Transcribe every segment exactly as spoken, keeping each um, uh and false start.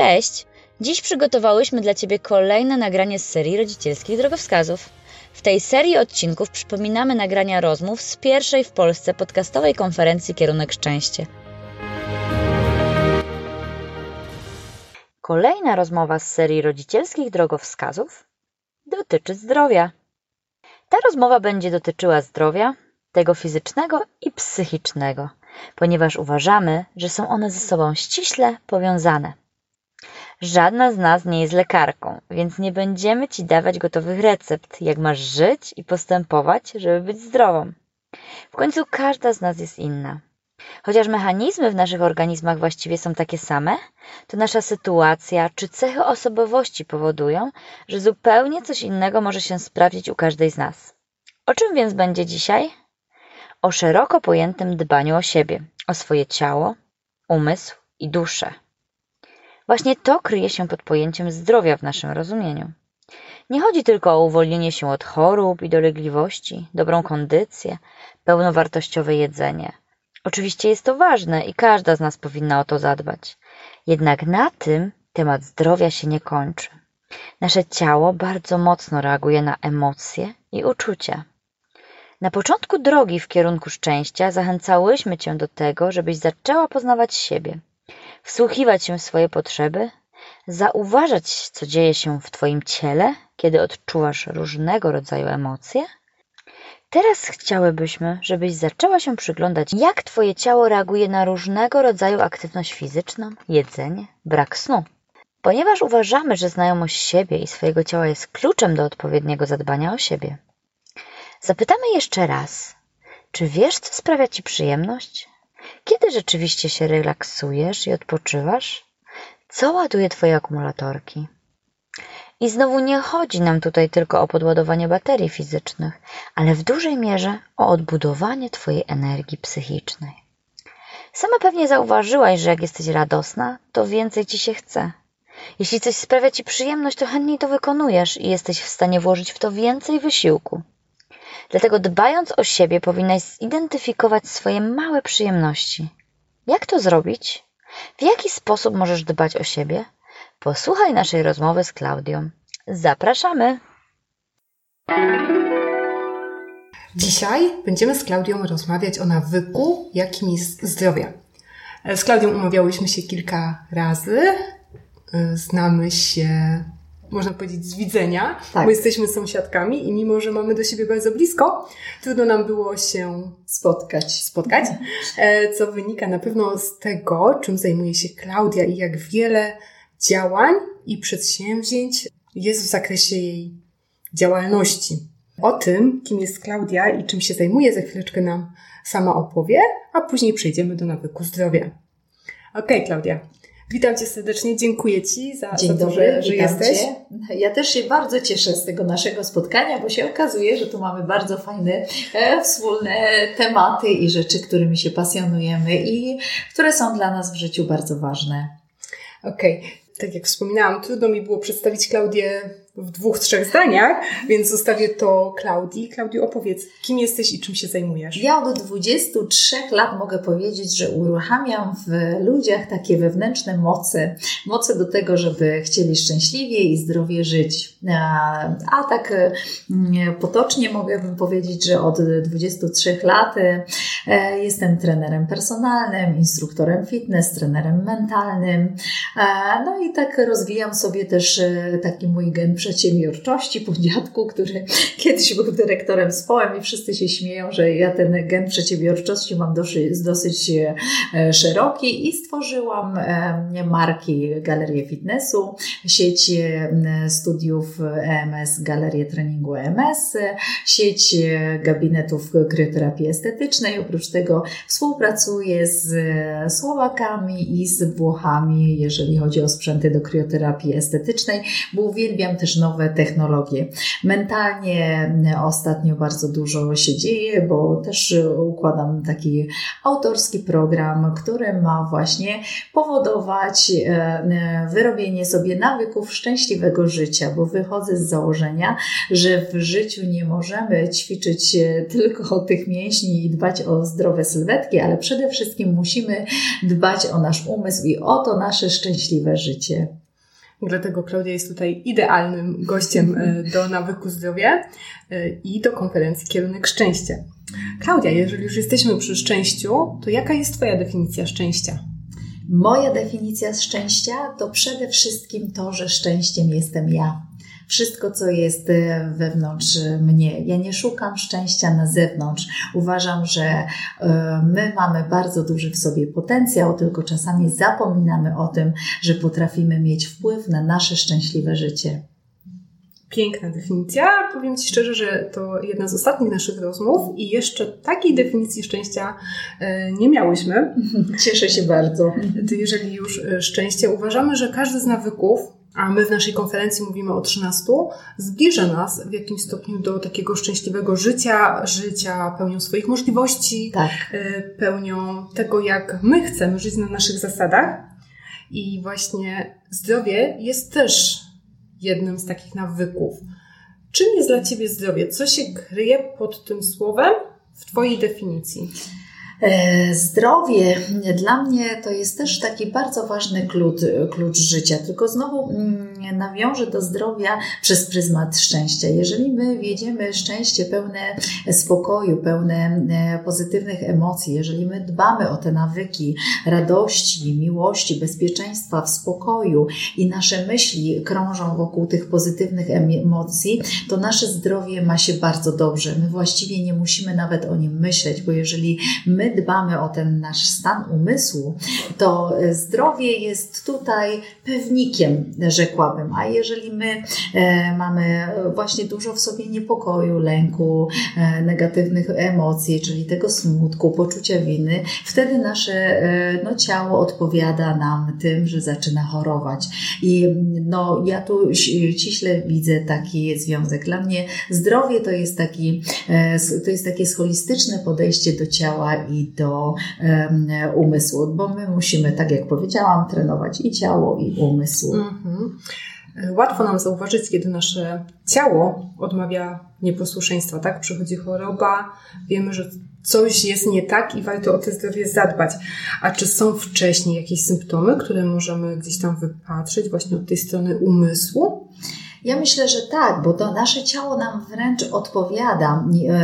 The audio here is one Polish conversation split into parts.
Cześć! Dziś przygotowałyśmy dla Ciebie kolejne nagranie z serii rodzicielskich drogowskazów. W tej serii odcinków przypominamy nagrania rozmów z pierwszej w Polsce podcastowej konferencji Kierunek Szczęście. Kolejna rozmowa z serii rodzicielskich drogowskazów dotyczy zdrowia. Ta rozmowa będzie dotyczyła zdrowia, tego fizycznego i psychicznego, ponieważ uważamy, że są one ze sobą ściśle powiązane. Żadna z nas nie jest lekarką, więc nie będziemy Ci dawać gotowych recept, jak masz żyć i postępować, żeby być zdrową. W końcu każda z nas jest inna. Chociaż mechanizmy w naszych organizmach właściwie są takie same, to nasza sytuacja czy cechy osobowości powodują, że zupełnie coś innego może się sprawdzić u każdej z nas. O czym więc będzie dzisiaj? O szeroko pojętym dbaniu o siebie, o swoje ciało, umysł i duszę. Właśnie to kryje się pod pojęciem zdrowia w naszym rozumieniu. Nie chodzi tylko o uwolnienie się od chorób i dolegliwości, dobrą kondycję, pełnowartościowe jedzenie. Oczywiście jest to ważne i każda z nas powinna o to zadbać. Jednak na tym temat zdrowia się nie kończy. Nasze ciało bardzo mocno reaguje na emocje i uczucia. Na początku drogi w kierunku szczęścia zachęcałyśmy Cię do tego, żebyś zaczęła poznawać siebie, wsłuchiwać się w swoje potrzeby, zauważać, co dzieje się w Twoim ciele, kiedy odczuwasz różnego rodzaju emocje. Teraz chciałybyśmy, żebyś zaczęła się przyglądać, jak Twoje ciało reaguje na różnego rodzaju aktywność fizyczną, jedzenie, brak snu. Ponieważ uważamy, że znajomość siebie i swojego ciała jest kluczem do odpowiedniego zadbania o siebie. Zapytamy jeszcze raz, czy wiesz, co sprawia Ci przyjemność? Kiedy rzeczywiście się relaksujesz i odpoczywasz? Co ładuje Twoje akumulatorki? I znowu nie chodzi nam tutaj tylko o podładowanie baterii fizycznych, ale w dużej mierze o odbudowanie Twojej energii psychicznej. Sama pewnie zauważyłaś, że jak jesteś radosna, to więcej Ci się chce. Jeśli coś sprawia Ci przyjemność, to chętniej to wykonujesz i jesteś w stanie włożyć w to więcej wysiłku. Dlatego dbając o siebie powinnaś zidentyfikować swoje małe przyjemności. Jak to zrobić? W jaki sposób możesz dbać o siebie? Posłuchaj naszej rozmowy z Klaudią. Zapraszamy! Dzisiaj będziemy z Klaudią rozmawiać o nawyku, jakim jest zdrowie. Z Klaudią umawiałyśmy się kilka razy. Znamy się, można powiedzieć, z widzenia, tak. Bo jesteśmy sąsiadkami i mimo, że mamy do siebie bardzo blisko, trudno nam było się spotkać, spotkać, co wynika na pewno z tego, czym zajmuje się Klaudia i jak wiele działań i przedsięwzięć jest w zakresie jej działalności. O tym, kim jest Klaudia i czym się zajmuje, za chwileczkę nam sama opowie, a później przejdziemy do nawyku zdrowia. Okej, Klaudia. Witam Cię serdecznie, dziękuję Ci za, Dzień za to, dobry, że, że jesteś. Cię. Ja też się bardzo cieszę z tego naszego spotkania, bo się okazuje, że tu mamy bardzo fajne e, wspólne tematy i rzeczy, którymi się pasjonujemy i które są dla nas w życiu bardzo ważne. Okej, okay. Tak jak wspominałam, trudno mi było przedstawić Klaudię w dwóch, trzech zdaniach, więc zostawię to Klaudii. Klaudiu, opowiedz, kim jesteś i czym się zajmujesz? Ja od dwudziestu trzech lat mogę powiedzieć, że uruchamiam w ludziach takie wewnętrzne moce. Moce do tego, żeby chcieli szczęśliwie i zdrowie żyć. A, a tak potocznie mogłabym powiedzieć, że od dwudziestu trzech lat jestem trenerem personalnym, instruktorem fitness, trenerem mentalnym. No i tak rozwijam sobie też taki mój gen przedsiębiorczości po dziadku, który kiedyś był dyrektorem społem i wszyscy się śmieją, że ja ten gen przedsiębiorczości mam dosyć, dosyć szeroki i stworzyłam marki Galerię Fitnessu, sieć studiów E M S, Galerię Treningu E M S, sieć gabinetów krioterapii estetycznej. Oprócz tego współpracuję z Słowakami i z Włochami, jeżeli chodzi o sprzęty do krioterapii estetycznej, bo uwielbiam też nowe technologie. Mentalnie ostatnio bardzo dużo się dzieje, bo też układam taki autorski program, który ma właśnie powodować wyrobienie sobie nawyków szczęśliwego życia, bo wychodzę z założenia, że w życiu nie możemy ćwiczyć tylko o tych mięśni i dbać o zdrowe sylwetki, ale przede wszystkim musimy dbać o nasz umysł i o to nasze szczęśliwe życie. Dlatego Klaudia jest tutaj idealnym gościem do Nawyku Zdrowia i do konferencji Kierunek Szczęścia. Klaudia, jeżeli już jesteśmy przy szczęściu, to jaka jest Twoja definicja szczęścia? Moja definicja szczęścia to przede wszystkim to, że szczęściem jestem ja. Wszystko, co jest wewnątrz mnie. Ja nie szukam szczęścia na zewnątrz. Uważam, że my mamy bardzo duży w sobie potencjał, tylko czasami zapominamy o tym, że potrafimy mieć wpływ na nasze szczęśliwe życie. Piękna definicja. Powiem Ci szczerze, że to jedna z ostatnich naszych rozmów i jeszcze takiej definicji szczęścia nie miałyśmy. Cieszę się bardzo. Jeżeli już szczęście, uważamy, że każdy z nawyków, a my w naszej konferencji mówimy o trzynastu, zbliża nas w jakimś stopniu do takiego szczęśliwego życia, życia pełnią swoich możliwości, tak. pełnią tego, jak my chcemy żyć na naszych zasadach. I właśnie zdrowie jest też jednym z takich nawyków. Czym jest dla Ciebie zdrowie? Co się kryje pod tym słowem w Twojej definicji? Zdrowie dla mnie to jest też taki bardzo ważny klucz, klucz życia, tylko znowu nawiążę do zdrowia przez pryzmat szczęścia. Jeżeli my wiedziemy szczęście pełne spokoju, pełne pozytywnych emocji, jeżeli my dbamy o te nawyki radości, miłości, bezpieczeństwa, w spokoju i nasze myśli krążą wokół tych pozytywnych emocji, to nasze zdrowie ma się bardzo dobrze. My właściwie nie musimy nawet o nim myśleć, bo jeżeli my dbamy o ten nasz stan umysłu, to zdrowie jest tutaj pewnikiem, rzekłabym. A jeżeli my e, mamy właśnie dużo w sobie niepokoju, lęku, e, negatywnych emocji, czyli tego smutku, poczucia winy, wtedy nasze e, no, ciało odpowiada nam tym, że zaczyna chorować. I no, ja tu ściśle widzę taki związek. Dla mnie zdrowie to jest, taki, e, to jest takie holistyczne podejście do ciała i do um, umysłu, bo my musimy, tak jak powiedziałam, trenować i ciało, i umysł. Mm-hmm. Łatwo nam zauważyć, kiedy nasze ciało odmawia nieposłuszeństwa, tak? Przychodzi choroba, wiemy, że coś jest nie tak i warto o to zdrowie zadbać. A czy są wcześniej jakieś symptomy, które możemy gdzieś tam wypatrzeć właśnie od tej strony umysłu? Ja myślę, że tak, bo to nasze ciało nam wręcz odpowiada.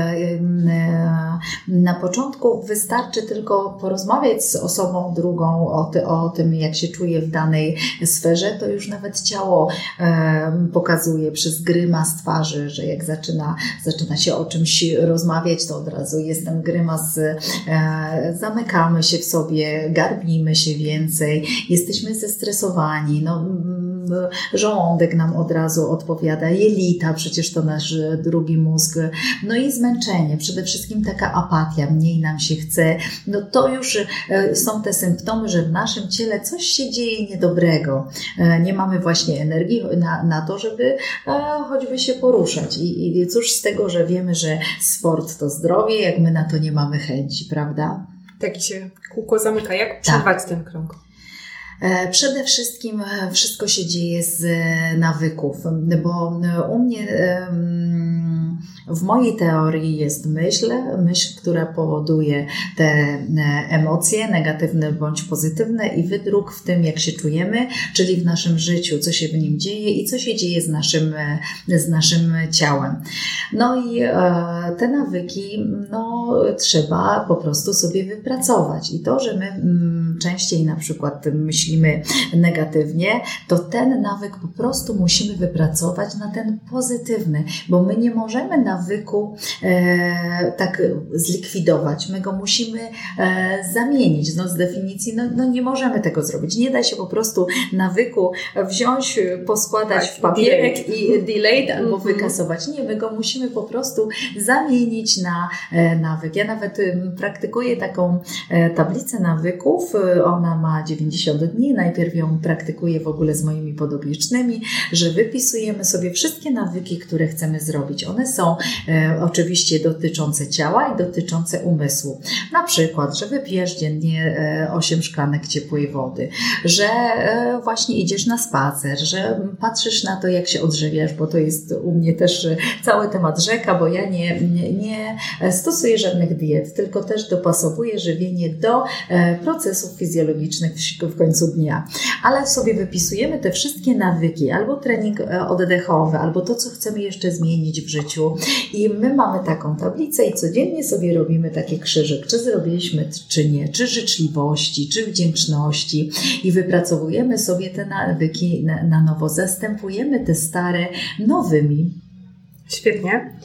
Na początku wystarczy tylko porozmawiać z osobą drugą o, ty, o tym, jak się czuje w danej sferze, to już nawet ciało pokazuje przez grymas twarzy, że jak zaczyna, zaczyna się o czymś rozmawiać, to od razu jest ten grymas, zamykamy się w sobie, garbimy się więcej, jesteśmy zestresowani, no, żołądek nam od razu odpowiada, jelita, przecież to nasz drugi mózg, no i zmęczenie, przede wszystkim taka apatia, mniej nam się chce, no to już są te symptomy, że w naszym ciele coś się dzieje niedobrego, nie mamy właśnie energii na, na to, żeby choćby się poruszać i, i cóż z tego, że wiemy, że sport to zdrowie, jak my na to nie mamy chęci, prawda? Tak się kółko zamyka, jak przerwać tak. ten krąg? Przede wszystkim wszystko się dzieje z nawyków, bo u mnie w mojej teorii jest myśl, myśl, która powoduje te emocje negatywne bądź pozytywne i wydruk w tym, jak się czujemy, czyli w naszym życiu, co się w nim dzieje i co się dzieje z naszym, z naszym ciałem. No i te nawyki no, trzeba po prostu sobie wypracować i to, że my częściej na przykład myślimy negatywnie, to ten nawyk po prostu musimy wypracować na ten pozytywny, bo my nie możemy nawyku e, tak zlikwidować. My go musimy e, zamienić. No, z definicji no, no nie możemy tego zrobić. Nie da się po prostu nawyku wziąć, poskładać tak, w papierek delayed. i delayed albo mm-hmm. wykasować. Nie, my go musimy po prostu zamienić na e, nawyk. Ja nawet e, praktykuję taką e, tablicę nawyków. Ona ma dziewięćdziesiąt dni. Najpierw ją praktykuję w ogóle z moimi podopiecznymi, że wypisujemy sobie wszystkie nawyki, które chcemy zrobić. One są e, oczywiście dotyczące ciała i dotyczące umysłu. Na przykład, że wypijesz dziennie e, osiem szklanek ciepłej wody, że e, właśnie idziesz na spacer, że patrzysz na to, jak się odżywiasz, bo to jest u mnie też cały temat rzeka, bo ja nie, nie, nie stosuję żadnych diet, tylko też dopasowuję żywienie do e, procesów czasów fizjologicznych w końcu dnia. Ale sobie wypisujemy te wszystkie nawyki, albo trening oddechowy, albo to, co chcemy jeszcze zmienić w życiu. I my mamy taką tablicę i codziennie sobie robimy taki krzyżyk, czy zrobiliśmy, czy nie, czy życzliwości, czy wdzięczności i wypracowujemy sobie te nawyki na, na nowo, zastępujemy te stare nowymi. Świetnie.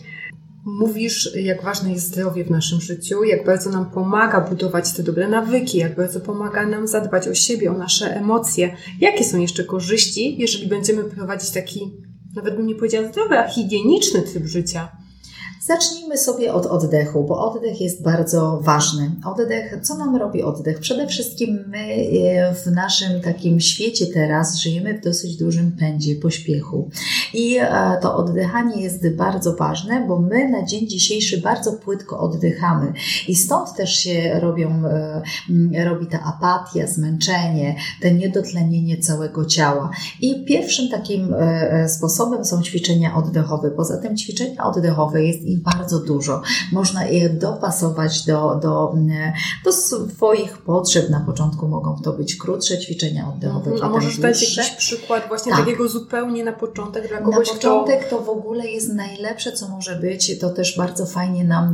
Mówisz, jak ważne jest zdrowie w naszym życiu, jak bardzo nam pomaga budować te dobre nawyki, jak bardzo pomaga nam zadbać o siebie, o nasze emocje. Jakie są jeszcze korzyści, jeżeli będziemy prowadzić taki, nawet bym nie powiedziała zdrowy, a higieniczny tryb życia? Zacznijmy sobie od oddechu, bo oddech jest bardzo ważny. Oddech, co nam robi oddech? Przede wszystkim my w naszym takim świecie teraz żyjemy w dosyć dużym pędzie, pośpiechu. I to oddychanie jest bardzo ważne, bo my na dzień dzisiejszy bardzo płytko oddychamy. I stąd też się robią, robi ta apatia, zmęczenie, te niedotlenienie całego ciała. I pierwszym takim sposobem są ćwiczenia oddechowe. Poza tym ćwiczenia oddechowe jest ich bardzo dużo. Można je dopasować do, do, do swoich potrzeb. Na początku mogą to być krótsze ćwiczenia oddechowe. Mhm. A możesz dać jakiś przykład właśnie tak. takiego zupełnie na początek dla kogoś, Na początek kto... to w ogóle jest najlepsze, co może być. To też bardzo fajnie nam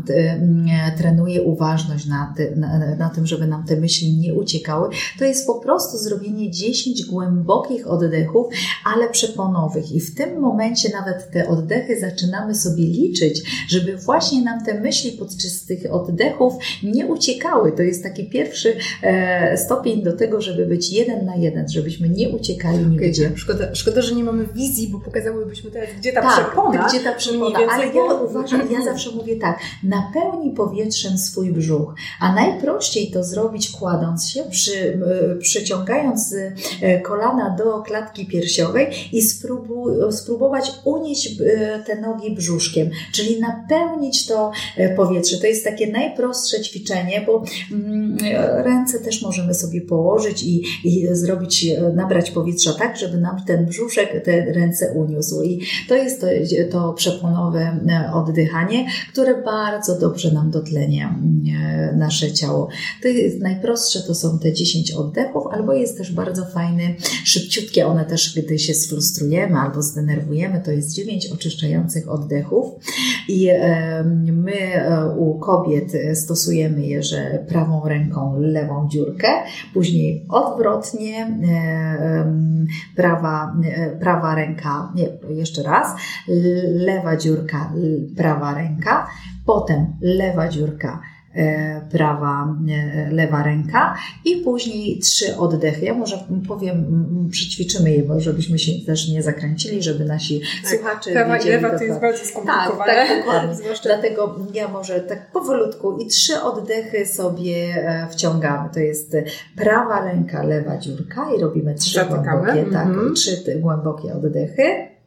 y, trenuje uważność na, ty, na, na tym, żeby nam te myśli nie uciekały. To jest po prostu zrobienie dziesięć głębokich oddechów, ale przeponowych. I w tym momencie nawet te oddechy zaczynamy sobie liczyć, żeby właśnie nam te myśli podczas tych oddechów nie uciekały. To jest taki pierwszy e, stopień do tego, żeby być jeden na jeden, żebyśmy nie uciekali nigdzie. Okay. Szkoda, szkoda, że nie mamy wizji, bo pokazałybyśmy teraz, gdzie ta tak, przepona. gdzie ta przepona. Ale ja uważam, ja zawsze mówię tak, napełnij powietrzem swój brzuch, a najprościej to zrobić kładąc się, przy, przyciągając kolana do klatki piersiowej i spróbuj, spróbować unieść te nogi brzuszkiem, czyli napełnić to powietrze. To jest takie najprostsze ćwiczenie, bo ręce też możemy sobie położyć i, i zrobić, nabrać powietrza tak, żeby nam ten brzuszek te ręce uniósł. I to jest to, to przeponowe oddychanie, które bardzo dobrze nam dotlenia nasze ciało. To jest najprostsze, to są te dziesięć oddechów, albo jest też bardzo fajny, szybciutkie one też, gdy się sfrustrujemy albo zdenerwujemy, to jest dziewięć oczyszczających oddechów. I my u kobiet stosujemy je, że prawą ręką lewą dziurkę, później odwrotnie prawa, prawa ręka, nie, jeszcze raz, lewa dziurka, prawa ręka, potem lewa dziurka, prawa, lewa ręka i później trzy oddechy. Ja może powiem, przyćwiczymy je, bo żebyśmy się też nie zakręcili, żeby nasi tak, słuchacze prawa wiedzieli. Prawa i lewa to jest bardzo skomplikowane. Tak, tak, dokładnie. Zwłaszcza... Dlatego ja może tak powolutku i trzy oddechy sobie wciągamy. To jest prawa ręka, lewa dziurka i robimy trzy Zatykamy. głębokie, tak, mm-hmm. trzy głębokie oddechy.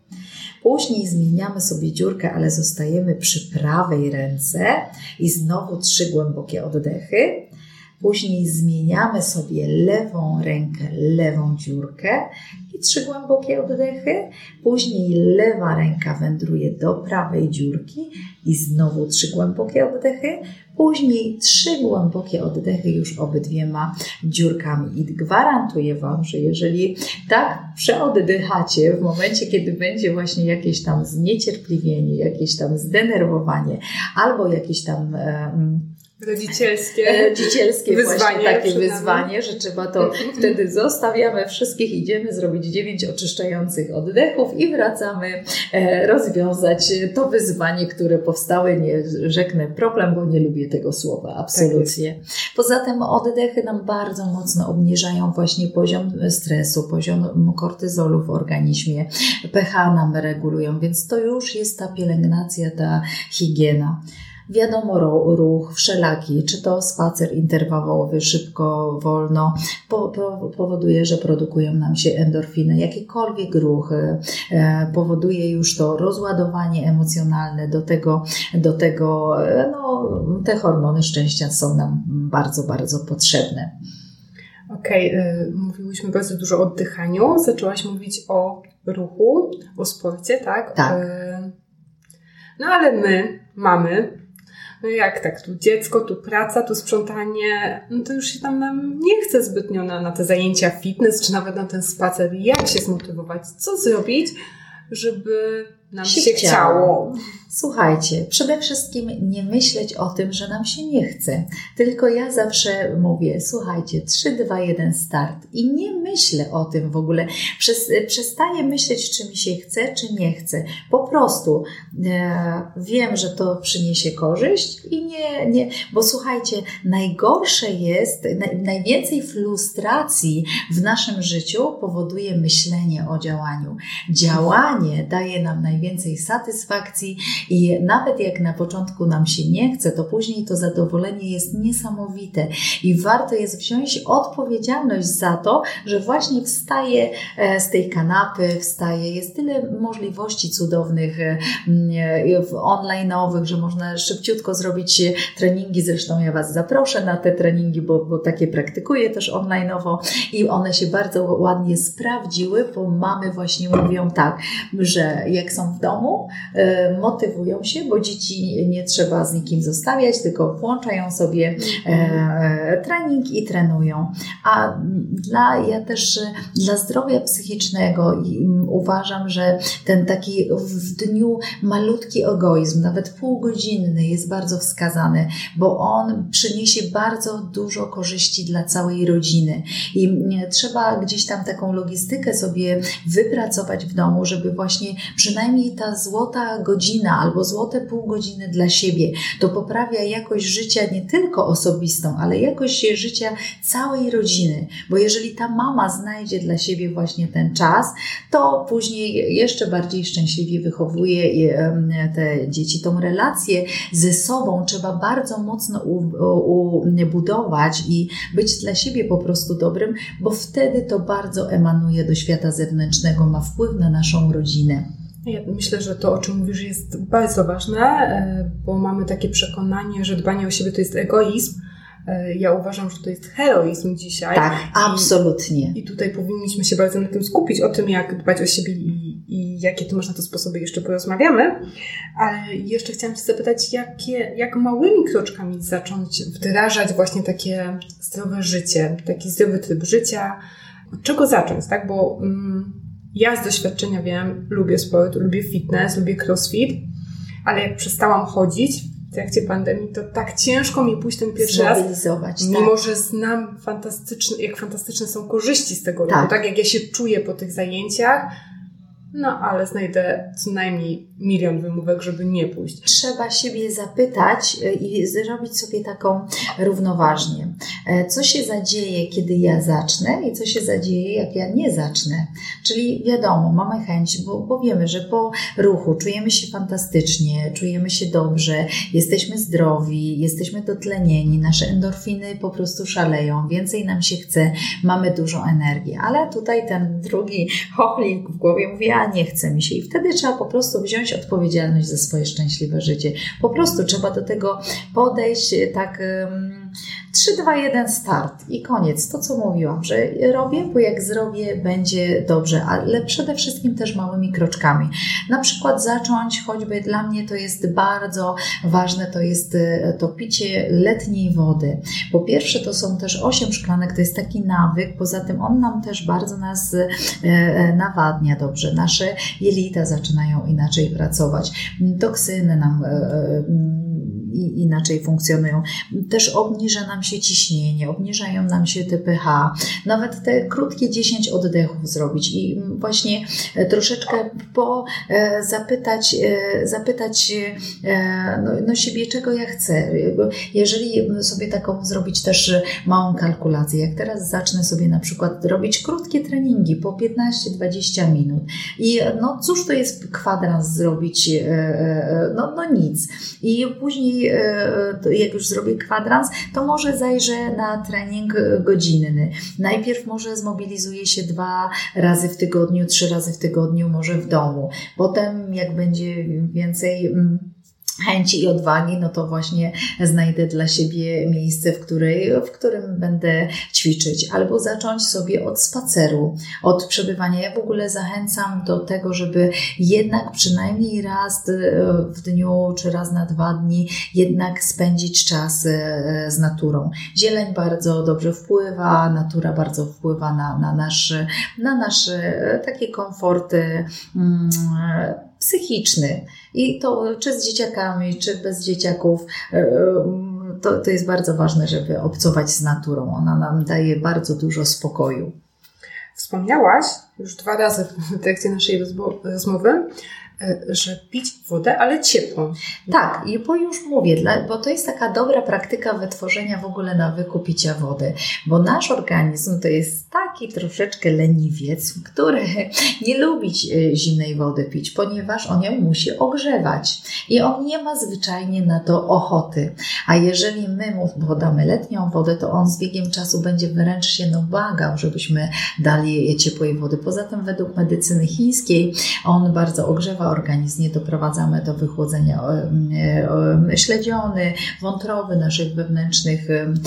Później zmieniamy sobie dziurkę, ale zostajemy przy prawej ręce i znowu trzy głębokie oddechy. Później zmieniamy sobie lewą rękę, lewą dziurkę i trzy głębokie oddechy. Później lewa ręka wędruje do prawej dziurki i znowu trzy głębokie oddechy. Później trzy głębokie oddechy już obydwiema dziurkami. I gwarantuję Wam, że jeżeli tak przeoddychacie w momencie, kiedy będzie właśnie jakieś tam zniecierpliwienie, jakieś tam zdenerwowanie albo jakieś tam... Um, Rodzicielskie, Rodzicielskie wyzwanie, właśnie takie wyzwanie, że trzeba to wtedy zostawiamy wszystkich, idziemy zrobić dziewięć oczyszczających oddechów i wracamy e, rozwiązać to wyzwanie, które powstało. Nie rzeknę problem, bo nie lubię tego słowa, absolutnie. Tak. Poza tym oddechy nam bardzo mocno obniżają właśnie poziom stresu, poziom kortyzolu w organizmie, pH nam regulują, więc to już jest ta pielęgnacja, ta higiena. Wiadomo, ruch wszelaki, czy to spacer interwałowy, szybko, wolno, po, po, powoduje, że produkują nam się endorfiny. Jakikolwiek ruch e, powoduje już to rozładowanie emocjonalne, do tego, do tego no, te hormony szczęścia są nam bardzo, bardzo potrzebne. Okej, okay, mówiłyśmy bardzo dużo o oddychaniu, zaczęłaś mówić o ruchu, o sporcie, tak? Tak. No ale my, mamy, no jak tak, tu dziecko, tu praca, tu sprzątanie, no to już się tam nam nie chce zbytnio na, na te zajęcia fitness, czy nawet na ten spacer. Jak się zmotywować? Co zrobić, żeby nam się, się chciało. chciało. Słuchajcie, przede wszystkim nie myśleć o tym, że nam się nie chce. Tylko ja zawsze mówię, słuchajcie, trzy, dwa, jeden, start. I nie myślę o tym w ogóle. Przez, przestaję myśleć, czy mi się chce, czy nie chce. Po prostu e, wiem, że to przyniesie korzyść i nie, nie, bo słuchajcie, najgorsze jest, naj, najwięcej frustracji w naszym życiu powoduje myślenie o działaniu. Działanie daje nam najwięcej satysfakcji i nawet jak na początku nam się nie chce, to później to zadowolenie jest niesamowite i warto jest wziąć odpowiedzialność za to, że właśnie wstaje z tej kanapy, wstaje, jest tyle możliwości cudownych online'owych, że można szybciutko zrobić treningi, zresztą ja Was zaproszę na te treningi, bo, bo takie praktykuję też online'owo i one się bardzo ładnie sprawdziły, bo mamy właśnie mówią tak, że jak są w domu, motywują się, bo dzieci nie trzeba z nikim zostawiać, tylko włączają sobie e, trening i trenują. A dla, ja też dla zdrowia psychicznego uważam, że ten taki w dniu malutki egoizm, nawet półgodzinny jest bardzo wskazany, bo on przyniesie bardzo dużo korzyści dla całej rodziny i trzeba gdzieś tam taką logistykę sobie wypracować w domu, żeby właśnie przynajmniej ta złota godzina albo złote pół godziny dla siebie, to poprawia jakość życia nie tylko osobistą, ale jakość życia całej rodziny, bo jeżeli ta mama znajdzie dla siebie właśnie ten czas, to później jeszcze bardziej szczęśliwie wychowuje te dzieci. Tą relację ze sobą trzeba bardzo mocno budować i być dla siebie po prostu dobrym, bo wtedy to bardzo emanuje do świata zewnętrznego, ma wpływ na naszą rodzinę. Ja myślę, że to, o czym mówisz, jest bardzo ważne, bo mamy takie przekonanie, że dbanie o siebie to jest egoizm. Ja uważam, że to jest heroizm dzisiaj. Tak, absolutnie. I, i tutaj powinniśmy się bardzo na tym skupić, o tym, jak dbać o siebie i, i jakie to można to sposoby, jeszcze porozmawiamy. Ale jeszcze chciałam Cię zapytać, jakie, jak małymi kroczkami zacząć wdrażać właśnie takie zdrowe życie, taki zdrowy tryb życia. Od czego zacząć, tak? Bo mm, ja z doświadczenia wiem, lubię sport, lubię fitness, lubię crossfit, ale jak przestałam chodzić w trakcie pandemii, to tak ciężko mi pójść ten pierwszy raz, mimo tak. że znam fantastyczne, jak fantastyczne są korzyści z tego tak. ruchu, tak jak ja się czuję po tych zajęciach, no ale znajdę co najmniej milion wymówek, żeby nie pójść. Trzeba siebie zapytać i zrobić sobie taką równoważnię. Co się zadzieje, kiedy ja zacznę i co się zadzieje, jak ja nie zacznę. Czyli wiadomo, mamy chęć, bo, bo wiemy, że po ruchu czujemy się fantastycznie, czujemy się dobrze, jesteśmy zdrowi, jesteśmy dotlenieni, nasze endorfiny po prostu szaleją, więcej nam się chce, mamy dużo energii. Ale tutaj ten drugi chochlik w głowie mówi, a nie chce mi się. I wtedy trzeba po prostu wziąć odpowiedzialność za swoje szczęśliwe życie. Po prostu trzeba do tego podejść tak um, trzy, dwa, jeden, start i koniec. To, co mówiłam, że robię, bo jak zrobię, będzie dobrze, ale przede wszystkim też małymi kroczkami. Na przykład zacząć, choćby dla mnie to jest bardzo ważne, to jest to picie letniej wody. Po pierwsze, to są też osiem szklanek, to jest taki nawyk, poza tym on nam też bardzo nas e, nawadnia dobrze. Nasze jelita zaczynają inaczej pracować. Toksyny nam e, e, inaczej funkcjonują. Też obniża nam się ciśnienie, obniżają nam się te pH. Nawet te krótkie dziesięć oddechów zrobić i właśnie troszeczkę po zapytać, zapytać no, no siebie, czego ja chcę. Jeżeli sobie taką zrobić też małą kalkulację, jak teraz zacznę sobie na przykład robić krótkie treningi po piętnaście dwadzieścia minut i no cóż to jest kwadrans zrobić? No, no nic. I później jak już zrobię kwadrans, to może zajrzę na trening godzinny. Najpierw może zmobilizuję się dwa razy w tygodniu, trzy razy w tygodniu, może w domu. Potem jak będzie więcej chęci i odwagi, no to właśnie znajdę dla siebie miejsce, w, której, w którym będę ćwiczyć. Albo zacząć sobie od spaceru, od przebywania. Ja w ogóle zachęcam do tego, żeby jednak przynajmniej raz w dniu, czy raz na dwa dni jednak spędzić czas z naturą. Zieleń bardzo dobrze wpływa, natura bardzo wpływa na, na, nasz, na nasze takie komforty mm, psychiczny. I to czy z dzieciakami, czy bez dzieciaków, to, to jest bardzo ważne, żeby obcować z naturą. Ona nam daje bardzo dużo spokoju. Wspomniałaś już dwa razy w trakcie naszej rozmowy, że pić wodę, ale ciepłą. Tak, i bo już mówię, bo to jest taka dobra praktyka wytworzenia w ogóle nawyku picia wody, bo nasz organizm to jest taki troszeczkę leniwiec, który nie lubi zimnej wody pić, ponieważ on ją musi ogrzewać i on nie ma zwyczajnie na to ochoty. A jeżeli my mu podamy letnią wodę, to on z biegiem czasu będzie wręcz się nabłagał, żebyśmy dali ciepłej wody. Poza tym według medycyny chińskiej on bardzo ogrzewa organizm, nie doprowadzamy do wychłodzenia śledziony, wątroby, naszych wewnętrznych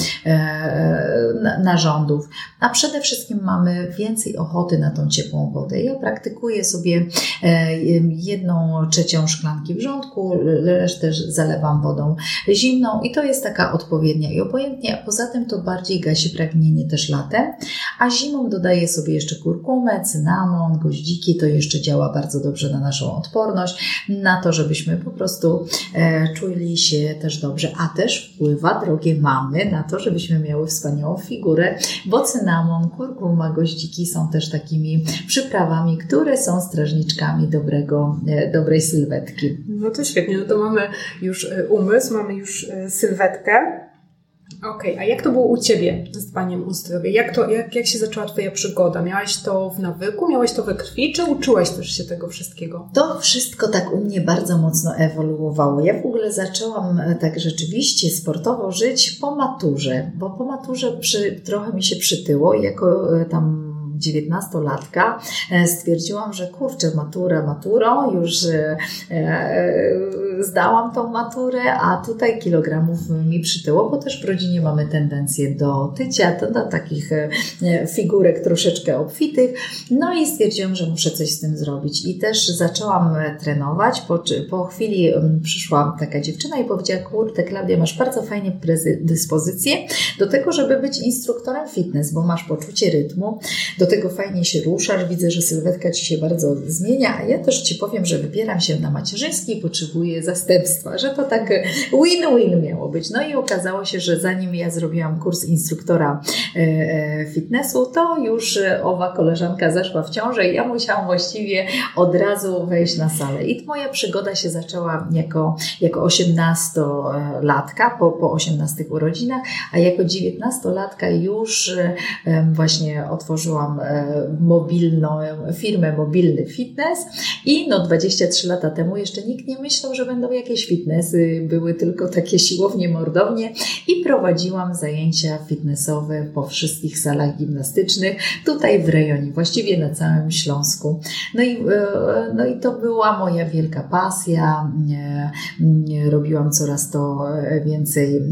narządów. A przede wszystkim mamy więcej ochoty na tą ciepłą wodę. Ja praktykuję sobie jedną trzecią szklanki wrzątku, resztę zalewam wodą zimną i to jest taka odpowiednia i obojętnie, a poza tym to bardziej gasi pragnienie też latem, a zimą dodaję sobie jeszcze kurkumę, cynamon, goździki, to jeszcze działa bardzo dobrze na naszą odporność, na to, żebyśmy po prostu e, czuli się też dobrze, a też wpływa, drogie mamy, na to, żebyśmy miały wspaniałą figurę, bo cynamon, kurkuma, goździki są też takimi przyprawami, które są strażniczkami dobrego, e, dobrej sylwetki. No to świetnie, no to mamy już umysł, mamy już sylwetkę. Okej, okay, a jak to było u Ciebie z dbaniem o zdrowie? Jak, to, jak, jak się zaczęła Twoja przygoda? Miałaś to w nawyku? Miałaś to we krwi? Czy uczyłaś też się tego wszystkiego? To wszystko tak u mnie bardzo mocno ewoluowało. Ja w ogóle zaczęłam tak rzeczywiście sportowo żyć po maturze, bo po maturze przy, trochę mi się przytyło i jako tam dziewiętnastolatka stwierdziłam, że kurczę, matura maturą, już e, e, zdałam tą maturę, a tutaj kilogramów mi przytyło, bo też w rodzinie mamy tendencję do tycia, do, do takich e, figurek troszeczkę obfitych, no i stwierdziłam, że muszę coś z tym zrobić i też zaczęłam trenować, po, po chwili przyszła taka dziewczyna i powiedziała, kurde Klaudia, masz bardzo fajnie predyspozycję do tego, żeby być instruktorem fitness, bo masz poczucie rytmu, do tego fajnie się ruszasz, widzę, że sylwetka Ci się bardzo zmienia, a ja też Ci powiem, że wybieram się na macierzyński i potrzebuję zastępstwa, że to tak win-win miało być. No i okazało się, że zanim ja zrobiłam kurs instruktora fitnessu, to już owa koleżanka zaszła w ciążę i ja musiałam właściwie od razu wejść na salę. I moja przygoda się zaczęła jako, jako osiemnastolatka, po, po osiemnastych urodzinach, a jako dziewiętnastolatka już właśnie otworzyłam mobilną firmę Mobilny Fitness i no dwadzieścia trzy lata temu jeszcze nikt nie myślał, że będą jakieś fitnessy, były tylko takie siłownie, mordownie i prowadziłam zajęcia fitnessowe po wszystkich salach gimnastycznych tutaj w rejonie, właściwie na całym Śląsku. No i, no i to była moja wielka pasja, robiłam coraz to więcej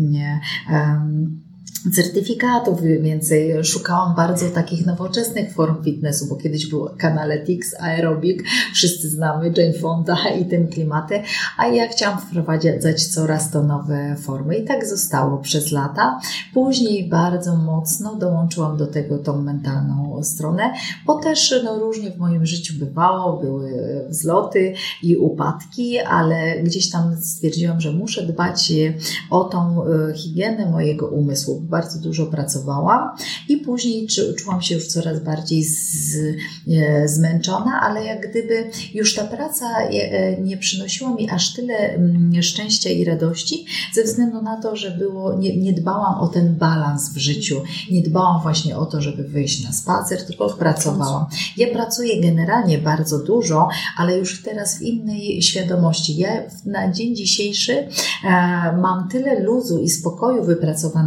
certyfikatów, więcej szukałam bardzo takich nowoczesnych form fitnessu, bo kiedyś był Canaletics, aerobik, wszyscy znamy Jane Fonda i tym klimaty, a ja chciałam wprowadzać coraz to nowe formy i tak zostało przez lata. Później bardzo mocno dołączyłam do tego tą mentalną stronę, bo też no, różnie w moim życiu bywało, były wzloty i upadki, ale gdzieś tam stwierdziłam, że muszę dbać o tą higienę mojego umysłu. Bardzo dużo pracowałam i później czułam się już coraz bardziej z, e, zmęczona, ale jak gdyby już ta praca e, nie przynosiła mi aż tyle m, szczęścia i radości, ze względu na to, że było, nie, nie dbałam o ten balans w życiu, nie dbałam właśnie o to, żeby wyjść na spacer, tylko pracowałam. Ja pracuję generalnie bardzo dużo, ale już teraz w innej świadomości. Ja na dzień dzisiejszy e, mam tyle luzu i spokoju wypracowanego w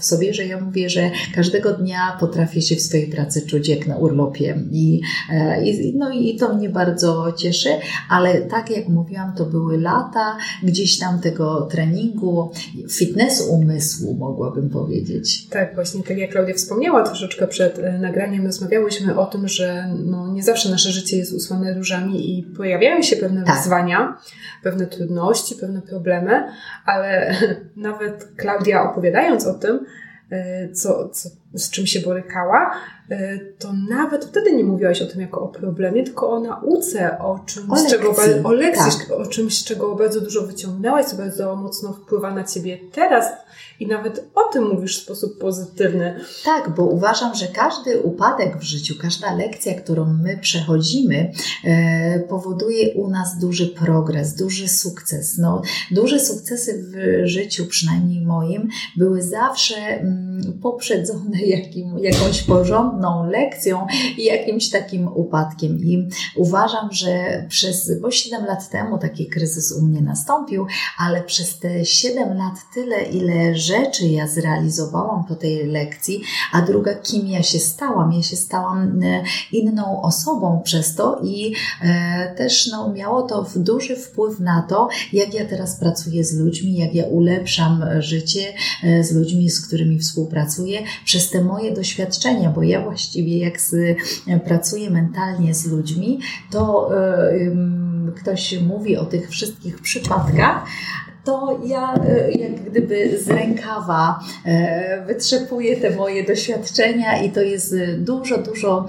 w sobie, że ja mówię, że każdego dnia potrafię się w swojej pracy czuć jak na urlopie i, i, no i to mnie bardzo cieszy, ale tak jak mówiłam, to były lata gdzieś tam tego treningu, fitnessu umysłu, mogłabym powiedzieć. Tak, właśnie tak jak Klaudia wspomniała troszeczkę przed nagraniem, rozmawiałyśmy o tym, że no, nie zawsze nasze życie jest usłane różami i pojawiają się pewne tak. wyzwania, pewne trudności, pewne problemy, ale nawet Klaudia opowiadając o tym, co, co, z czym się borykała, to nawet wtedy nie mówiłaś o tym jako o problemie, tylko o nauce, o czymś, o lekcji, czego, o lekcji, tak. o czymś, czego bardzo dużo wyciągnęłaś, co bardzo mocno wpływa na Ciebie teraz i nawet o tym mówisz w sposób pozytywny. Tak, bo uważam, że każdy upadek w życiu, każda lekcja, którą my przechodzimy, e, powoduje u nas duży progres, duży sukces. No, duże sukcesy w życiu, przynajmniej moim, były zawsze mm, poprzedzone jakim, jakąś porządną lekcją i jakimś takim upadkiem. I uważam, że przez, bo siedem lat temu taki kryzys u mnie nastąpił, ale przez te siedem lat tyle, ile rzeczy ja zrealizowałam po tej lekcji, a druga, kim ja się stałam. Ja się stałam inną osobą przez to i e, też no, miało to duży wpływ na to, jak ja teraz pracuję z ludźmi, jak ja ulepszam życie e, z ludźmi, z którymi współpracuję, przez te moje doświadczenia, bo ja właściwie jak z, e, pracuję mentalnie z ludźmi, to e, e, ktoś mówi o tych wszystkich przypadkach, to ja jak gdyby z rękawa wytrzepuję te moje doświadczenia i to jest dużo, dużo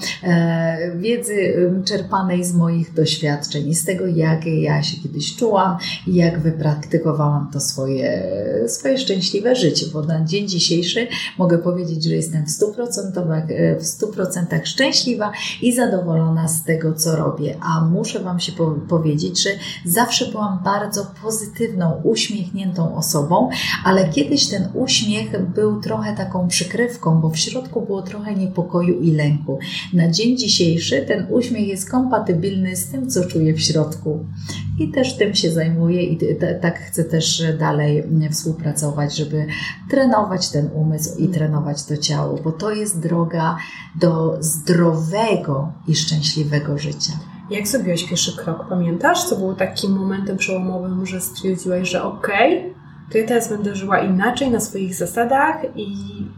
wiedzy czerpanej z moich doświadczeń i z tego, jak ja się kiedyś czułam i jak wypraktykowałam to swoje, swoje szczęśliwe życie, bo na dzień dzisiejszy mogę powiedzieć, że jestem w stu procentach, w stu procentach szczęśliwa i zadowolona z tego, co robię, a muszę Wam się po- powiedzieć, że zawsze byłam bardzo pozytywną, uśmiechniętą uśmiechniętą osobą, ale kiedyś ten uśmiech był trochę taką przykrywką, bo w środku było trochę niepokoju i lęku. Na dzień dzisiejszy ten uśmiech jest kompatybilny z tym, co czuję w środku. I też tym się zajmuję i t- tak chcę też dalej współpracować, żeby trenować ten umysł i trenować to ciało, bo to jest droga do zdrowego i szczęśliwego życia. Jak zrobiłaś pierwszy krok? Pamiętasz, co było takim momentem przełomowym, że stwierdziłaś, że okej, okay, to ja teraz będę żyła inaczej, na swoich zasadach i,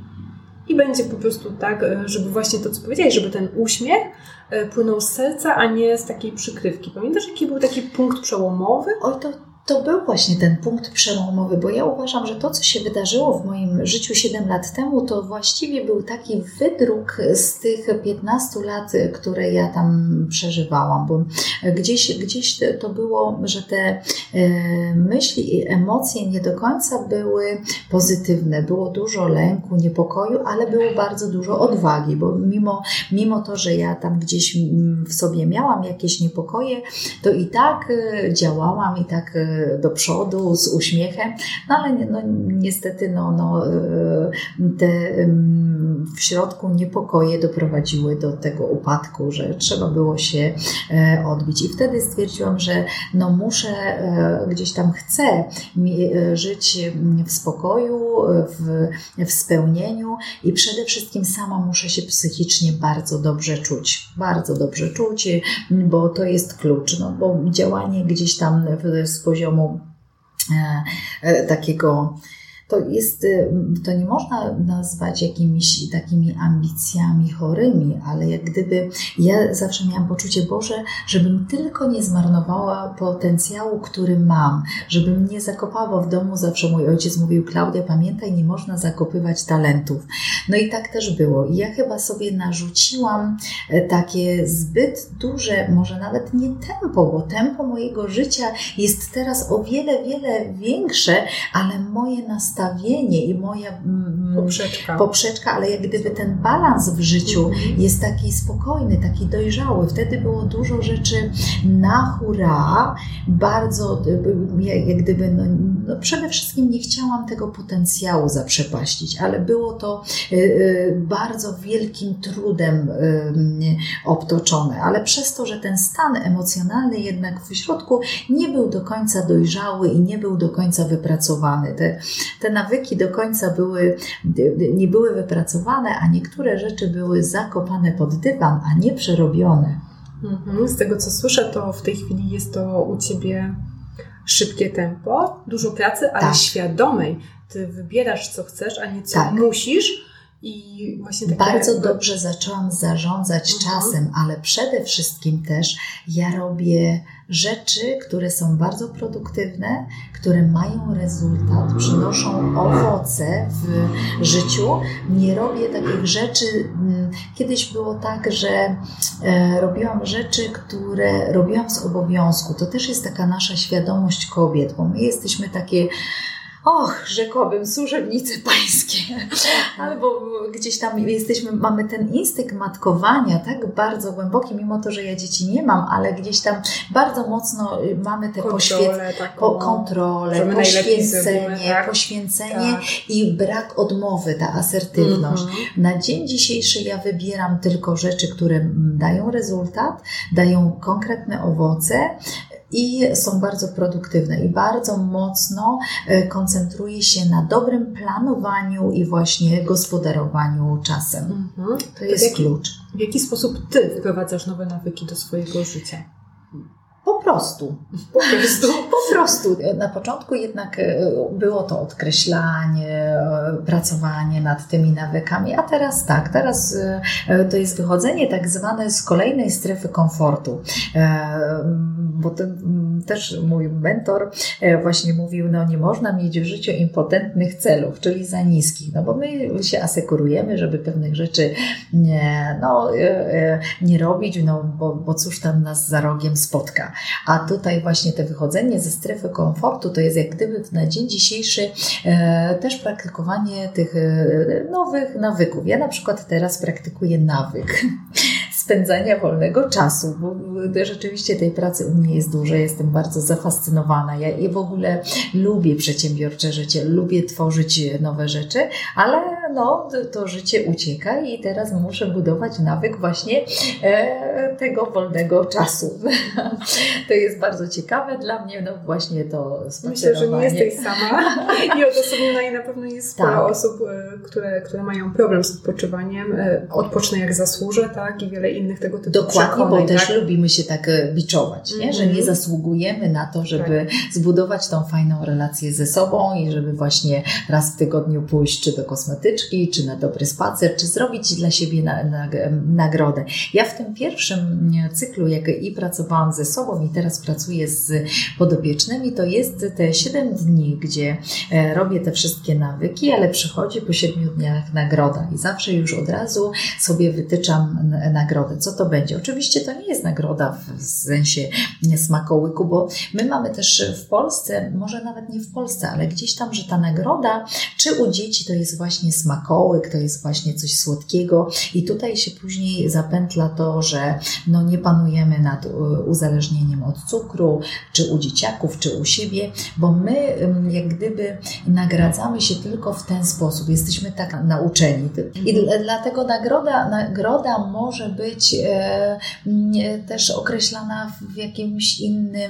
i będzie po prostu tak, żeby właśnie to, co powiedziałeś, żeby ten uśmiech płynął z serca, a nie z takiej przykrywki. Pamiętasz, jaki był taki punkt przełomowy? Oj, to To był właśnie ten punkt przełomowy, bo ja uważam, że to, co się wydarzyło w moim życiu siedem lat temu, to właściwie był taki wydruk z tych piętnastu lat, które ja tam przeżywałam, bo gdzieś, gdzieś to było, że te myśli i emocje nie do końca były pozytywne. Było dużo lęku, niepokoju, ale było bardzo dużo odwagi, bo mimo, mimo to, że ja tam gdzieś w sobie miałam jakieś niepokoje, to i tak działałam, i tak do przodu z uśmiechem, no ale no, niestety no, no, te w środku niepokoje doprowadziły do tego upadku, że trzeba było się odbić i wtedy stwierdziłam, że no muszę, gdzieś tam chcę żyć w spokoju, w, w spełnieniu i przede wszystkim sama muszę się psychicznie bardzo dobrze czuć, bardzo dobrze czuć, bo to jest klucz, no bo działanie gdzieś tam z poziomu takiego, to jest, to nie można nazwać jakimiś takimi ambicjami chorymi, ale jak gdyby ja zawsze miałam poczucie, Boże, żebym tylko nie zmarnowała potencjału, który mam, żebym nie zakopała w domu. Zawsze mój ojciec mówił, Klaudia, pamiętaj, nie można zakopywać talentów. No i tak też było. I ja chyba sobie narzuciłam takie zbyt duże, może nawet nie tempo, bo tempo mojego życia jest teraz o wiele, wiele większe, ale moje nastawienie nastawienie i moja mm, poprzeczka. poprzeczka, ale jak gdyby ten balans w życiu mm-hmm. jest taki spokojny, taki dojrzały. Wtedy było dużo rzeczy na hurra, bardzo jak gdyby, no, no przede wszystkim nie chciałam tego potencjału zaprzepaścić, ale było to y, y, bardzo wielkim trudem y, obtoczone, ale przez to, że ten stan emocjonalny jednak w środku nie był do końca dojrzały i nie był do końca wypracowany. Te, te te nawyki do końca były, nie były wypracowane, a niektóre rzeczy były zakopane pod dywan, a nie przerobione. Mhm. Z tego, co słyszę, to w tej chwili jest to u Ciebie szybkie tempo, dużo pracy, ale tak. świadomej. Ty wybierasz, co chcesz, a nie co tak. musisz. I właśnie takie... Bardzo dobrze zaczęłam zarządzać mhm. czasem, ale przede wszystkim też ja robię rzeczy, które są bardzo produktywne, które mają rezultat, przynoszą owoce w życiu. Nie robię takich rzeczy. Kiedyś było tak, że e, robiłam rzeczy, które robiłam z obowiązku. To też jest taka nasza świadomość kobiet, bo my jesteśmy takie och, rzekłabym, służebnice pańskie, albo gdzieś tam jesteśmy, mamy ten instynkt matkowania tak bardzo głęboki, mimo to, że ja dzieci nie mam, ale gdzieś tam bardzo mocno mamy te poświęcenie, po, kontrolę, poświęcenie, zrobimy, tak? poświęcenie tak. i brak odmowy, ta asertywność. Mm-hmm. Na dzień dzisiejszy ja wybieram tylko rzeczy, które dają rezultat, dają konkretne owoce, i są bardzo produktywne i bardzo mocno koncentruję się na dobrym planowaniu i właśnie gospodarowaniu czasem. Mhm. To jest to w jaki, klucz. W jaki sposób Ty wprowadzasz nowe nawyki do swojego życia? Po prostu. Po prostu. Po prostu. Na początku jednak było to odkreślanie, pracowanie nad tymi nawykami, a teraz tak, teraz to jest wychodzenie tak zwane z kolejnej strefy komfortu. Bo ten, też mój mentor właśnie mówił, no nie można mieć w życiu impotentnych celów, czyli za niskich, no bo my się asekurujemy, żeby pewnych rzeczy nie, no, nie robić, no bo, bo cóż tam nas za rogiem spotka. A tutaj właśnie te wychodzenie ze strefy komfortu to jest jak gdyby na dzień dzisiejszy e, też praktykowanie tych e, nowych nawyków. Ja na przykład teraz praktykuję nawyk spędzania wolnego czasu, bo rzeczywiście tej pracy u mnie jest dużo, jestem bardzo zafascynowana. Ja, ja w ogóle lubię przedsiębiorcze życie, lubię tworzyć nowe rzeczy, ale no, to życie ucieka i teraz muszę budować nawyk właśnie e, tego wolnego czasu. To jest bardzo ciekawe dla mnie, no właśnie to spacerowanie. Myślę, że nie jesteś sama i odosobniona i na pewno jest sporo tak. osób, które, które mają problem z odpoczywaniem. Odpocznę jak zasłużę, tak? I wiele innych tego typu dokładnie, bo tak? też lubimy się tak biczować, nie? Mm-hmm. że nie zasługujemy na to, żeby tak. zbudować tą fajną relację ze sobą i żeby właśnie raz w tygodniu pójść czy do kosmetyczki, czy na dobry spacer, czy zrobić dla siebie na, na, nagrodę. Ja w tym pierwszym cyklu, jak i pracowałam ze sobą i teraz pracuję z podopiecznymi, to jest te siedem dni, gdzie robię te wszystkie nawyki, ale przychodzi po siedmiu dniach nagroda i zawsze już od razu sobie wytyczam nagrodę. Co to będzie? Oczywiście to nie jest nagroda w sensie smakołyku, bo my mamy też w Polsce, może nawet nie w Polsce, ale gdzieś tam, że ta nagroda, czy u dzieci to jest właśnie smakołyk, to jest właśnie coś słodkiego i tutaj się później zapętla to, że no nie panujemy nad uzależnieniem od cukru, czy u dzieciaków, czy u siebie, bo my jak gdyby nagradzamy się tylko w ten sposób. Jesteśmy tak nauczeni. I dlatego nagroda, nagroda może być e, też określana w jakimś innym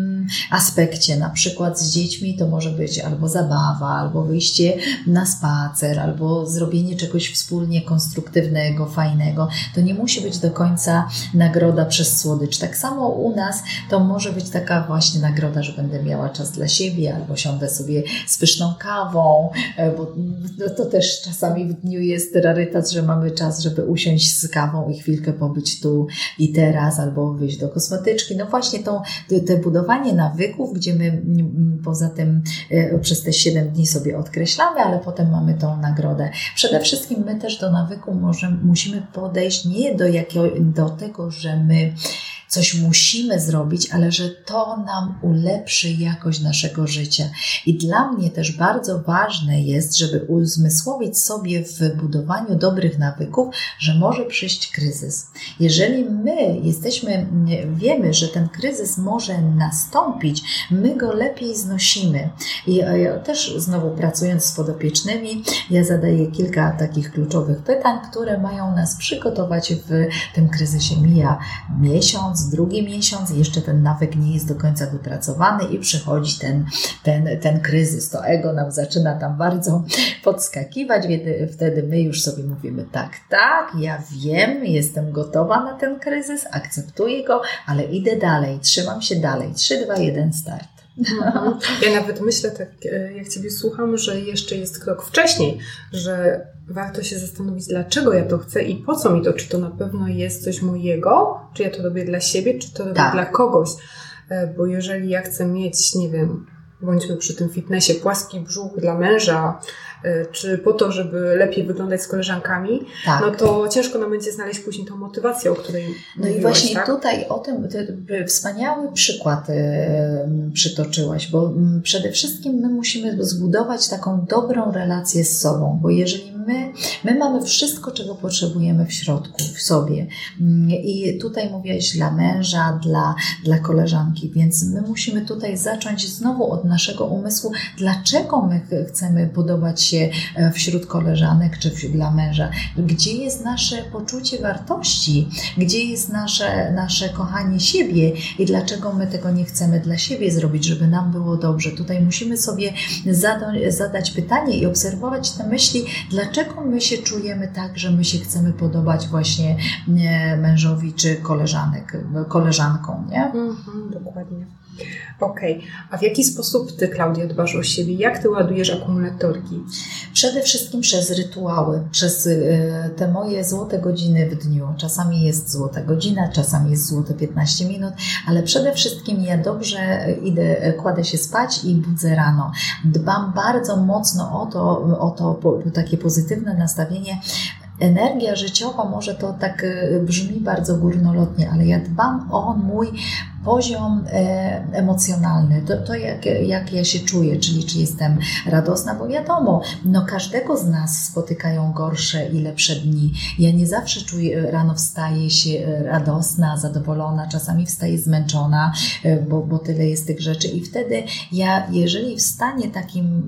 aspekcie. Na przykład z dziećmi to może być albo zabawa, albo wyjście na spacer, albo zrobienie czegoś wspólnie konstruktywnego, fajnego. To nie musi być do końca nagroda przez słodycz. Tak samo u nas to może być taka właśnie nagroda, że będę miała czas dla siebie, albo siądę sobie z pyszną kawą, bo to też czasami w dniu jest rarytas, że mamy czas, żeby usiąść z kawą i chwilkę pobyć tu i teraz, albo wyjść do kosmetyczki. No właśnie to, to budowanie nawyków, gdzie my poza tym przez te siedem dni sobie odkreślamy, ale potem mamy tą nagrodę. Przede wszystkim my też do nawyku może, musimy podejść nie do, jakiego, do tego, że my coś musimy zrobić, ale że to nam ulepszy jakość naszego życia. I dla mnie też bardzo ważne jest, żeby uzmysłowić sobie w budowaniu dobrych nawyków, że może przyjść kryzys. Jeżeli my jesteśmy, wiemy, że ten kryzys może nastąpić, my go lepiej znosimy. I ja też znowu pracując z podopiecznymi, ja zadaję kilka takich kluczowych pytań, które mają nas przygotować w tym kryzysie. Mija miesiąc, miesiąc, drugi miesiąc, jeszcze ten nawyk nie jest do końca wypracowany i przychodzi ten, ten, ten kryzys. To ego nam zaczyna tam bardzo podskakiwać, wtedy my już sobie mówimy tak, tak, ja wiem, jestem gotowa na ten kryzys, akceptuję go, ale idę dalej, trzymam się dalej. trzy, dwa, jeden, start. Mhm. Ja nawet myślę, tak jak Ciebie słucham, że jeszcze jest krok wcześniej, że warto się zastanowić, dlaczego ja to chcę i po co mi to, czy to na pewno jest coś mojego, czy ja to robię dla siebie, czy to robię tak. dla kogoś, bo jeżeli ja chcę mieć, nie wiem, bądźmy przy tym fitnessie, płaski brzuch dla męża, czy po to, żeby lepiej wyglądać z koleżankami, tak. no to ciężko nam będzie znaleźć później tą motywację, o której No mówiłaś, i właśnie tak? tutaj o tym wspaniały przykład przytoczyłaś, bo przede wszystkim my musimy zbudować taką dobrą relację z sobą, bo jeżeli my, my mamy wszystko, czego potrzebujemy w środku, w sobie i tutaj mówiłaś dla męża, dla, dla koleżanki, więc my musimy tutaj zacząć znowu od naszego umysłu, dlaczego my chcemy podobać się wśród koleżanek czy dla męża. Gdzie jest nasze poczucie wartości? Gdzie jest nasze, nasze kochanie siebie i dlaczego my tego nie chcemy dla siebie zrobić, żeby nam było dobrze? Tutaj musimy sobie zada, zadać pytanie i obserwować te myśli, dlaczego my się czujemy tak, że my się chcemy podobać właśnie mężowi czy koleżanek, koleżankom, nie? Mhm, dokładnie. Okej. Okay. A w jaki sposób Ty, Klaudia, dbasz o siebie? Jak Ty ładujesz akumulatorki? Przede wszystkim przez rytuały, przez te moje złote godziny w dniu. Czasami jest złota godzina, czasami jest złote piętnaście minut, ale przede wszystkim ja dobrze idę, kładę się spać i budzę rano. Dbam bardzo mocno o to, o to takie pozytywne nastawienie. Energia życiowa, może to tak brzmi bardzo górnolotnie, ale ja dbam o mój poziom e, emocjonalny, to, to jak, jak ja się czuję, czyli czy jestem radosna, bo wiadomo, no każdego z nas spotykają gorsze i lepsze dni. Ja nie zawsze czuję, rano wstaję się radosna, zadowolona, czasami wstaję zmęczona, e, bo, bo tyle jest tych rzeczy i wtedy ja, jeżeli wstanie takim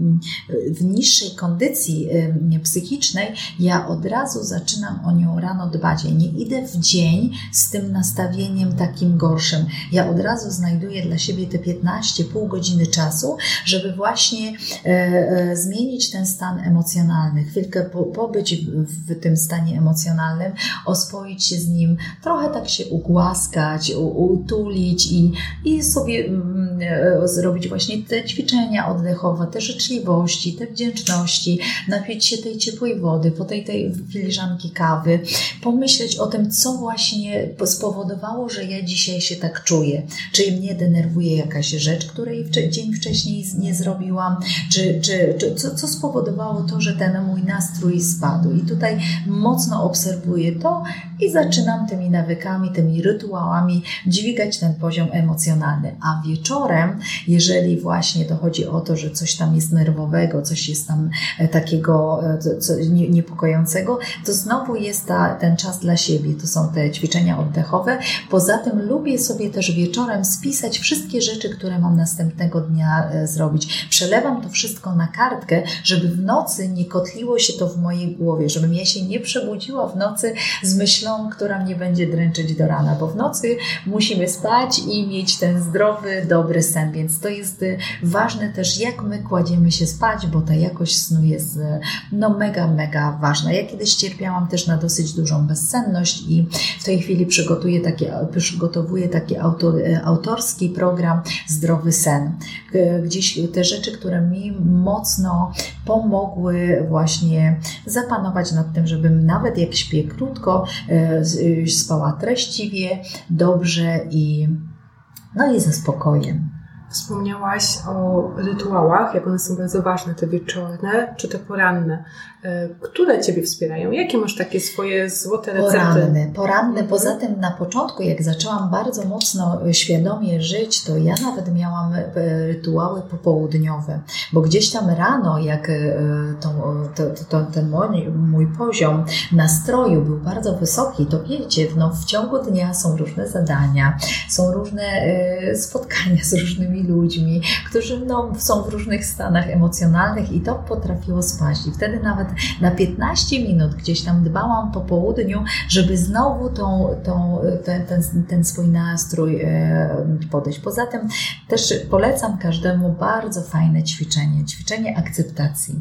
w niższej kondycji e, psychicznej, ja od razu zaczynam o nią rano dbać. Ja nie idę w dzień z tym nastawieniem takim gorszym. Ja od razu znajduję dla siebie te piętnaście, pół godziny czasu, żeby właśnie e, e, zmienić ten stan emocjonalny, chwilkę po, pobyć w, w tym stanie emocjonalnym, oswoić się z nim, trochę tak się ugłaskać, u, utulić i, i sobie mm, e, zrobić właśnie te ćwiczenia oddechowe, te życzliwości, te wdzięczności, napić się tej ciepłej wody, po tej, tej filiżanki kawy, pomyśleć o tym, co właśnie spowodowało, że ja dzisiaj się tak czuję. Czy mnie denerwuje jakaś rzecz, której dzień wcześniej nie zrobiłam, czy, czy, czy co, co spowodowało to, że ten mój nastrój spadł. I tutaj mocno obserwuję to i zaczynam tymi nawykami, tymi rytuałami dźwigać ten poziom emocjonalny. A wieczorem, jeżeli właśnie dochodzi o to, że coś tam jest nerwowego, coś jest tam takiego co, niepokojącego, to znowu jest ta, ten czas dla siebie. To są te ćwiczenia oddechowe. Poza tym lubię sobie też wieczorem spisać wszystkie rzeczy, które mam następnego dnia e, zrobić. Przelewam to wszystko na kartkę, żeby w nocy nie kotliło się to w mojej głowie, żebym ja się nie przebudziła w nocy z myślą, która mnie będzie dręczyć do rana, bo w nocy musimy spać i mieć ten zdrowy, dobry sen, więc to jest e, ważne też, jak my kładziemy się spać, bo ta jakość snu jest e, no mega, mega ważna. Ja kiedyś cierpiałam też na dosyć dużą bezsenność i w tej chwili przygotuję takie, przygotowuję taki auto, autorski program Zdrowy Sen. Gdzieś te rzeczy, które mi mocno pomogły właśnie zapanować nad tym, żebym nawet jak śpię krótko, spała treściwie, dobrze i no i ze spokojem. Wspomniałaś o rytuałach, jak one są bardzo ważne, te wieczorne czy te poranne. Które Ciebie wspierają? Jakie masz takie swoje złote recepty? Poranne. Poranne. Mhm. Poza tym na początku, jak zaczęłam bardzo mocno świadomie żyć, to ja nawet miałam rytuały popołudniowe, bo gdzieś tam rano, jak to, to, to, ten mój, mój poziom nastroju był bardzo wysoki, to wiecie, no w ciągu dnia są różne zadania, są różne spotkania z różnymi różnymi ludźmi, którzy no, są w różnych stanach emocjonalnych i to potrafiło spaść. I wtedy nawet na piętnaście minut gdzieś tam dbałam po południu, żeby znowu tą, tą, ten, ten, ten swój nastrój podejść. Poza tym też polecam każdemu bardzo fajne ćwiczenie, ćwiczenie akceptacji.